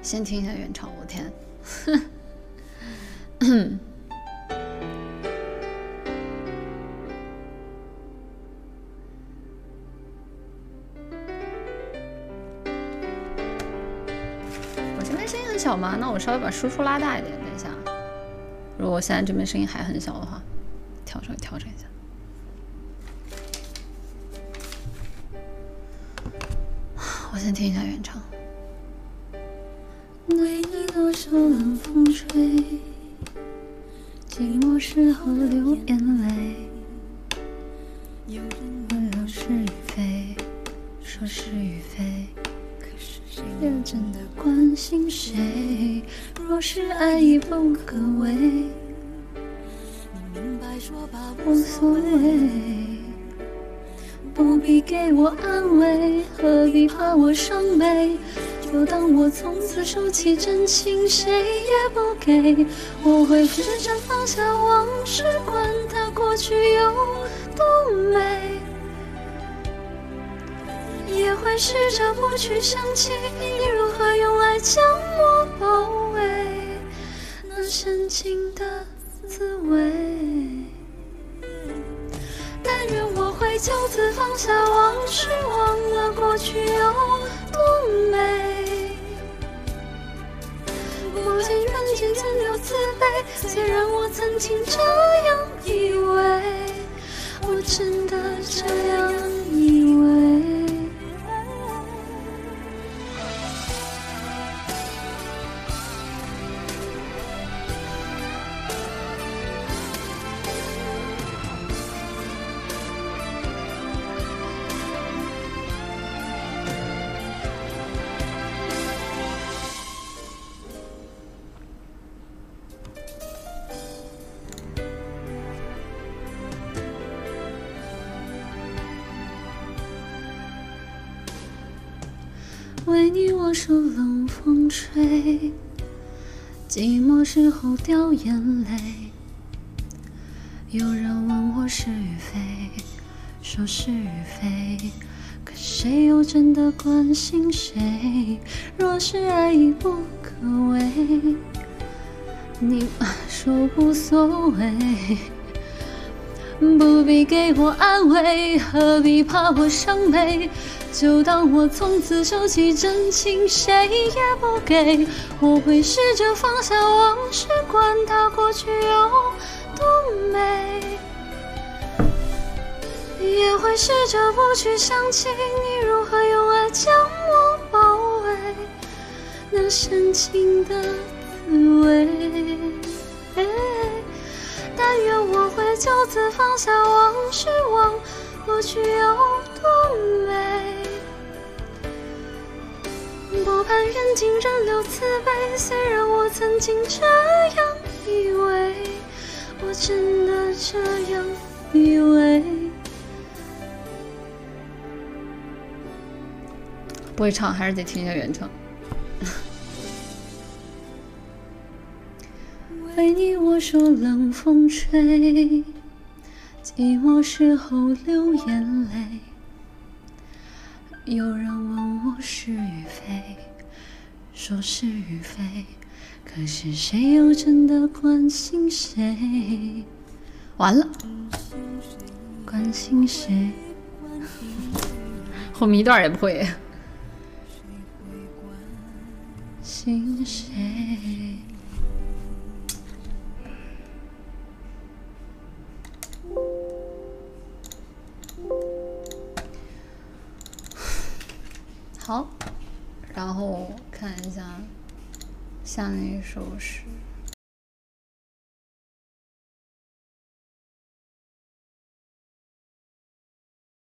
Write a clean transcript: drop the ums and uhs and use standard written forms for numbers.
先听一下原唱，我天。我这边声音很小吗？那我稍微把输出拉大一点，等一下。如果我现在这边声音还很小的话，调整一下。我先听一下原唱。为你多受冷风吹，寂寞时候流眼泪。有人问我是与非，说是与非，可是谁又真的关心谁？若是爱已不可为，你明白说吧，无所谓。不必给我安慰，何必怕我伤悲？就当我从此收起真情，谁也不给。我会试着放下往事，管它过去有多美，也会试着不去想起你如何用爱将我包围，那深情的滋味。但愿我会就此放下往事，忘了过去有多美。不见缘尽怎留慈悲？虽然我曾经这样以为，我真的这样以为。为你我受冷风吹，寂寞时候掉眼泪。有人问我是与非，说是与非，可谁又真的关心谁？若是爱已不可为，你说无所谓。不必给我安慰，何必怕我伤悲？就当我从此收起真情，谁也不给。我会试着放下往事，管它过去有多美，也会试着不去想起你如何用爱将我包围，那深情的滋味。但愿我会就此放下往事，忘过去有多美。不盼缘尽人留慈悲，虽然我曾经这样以为，我真的这样以为。不会唱，还是得听一下原唱。为你我受冷风吹，寂寞时候流眼泪。有人问我是与非，说是与非，可是谁又真的关心谁？完了，关心谁？后面一段也不会。心谁？好，然后看一下下那一首是。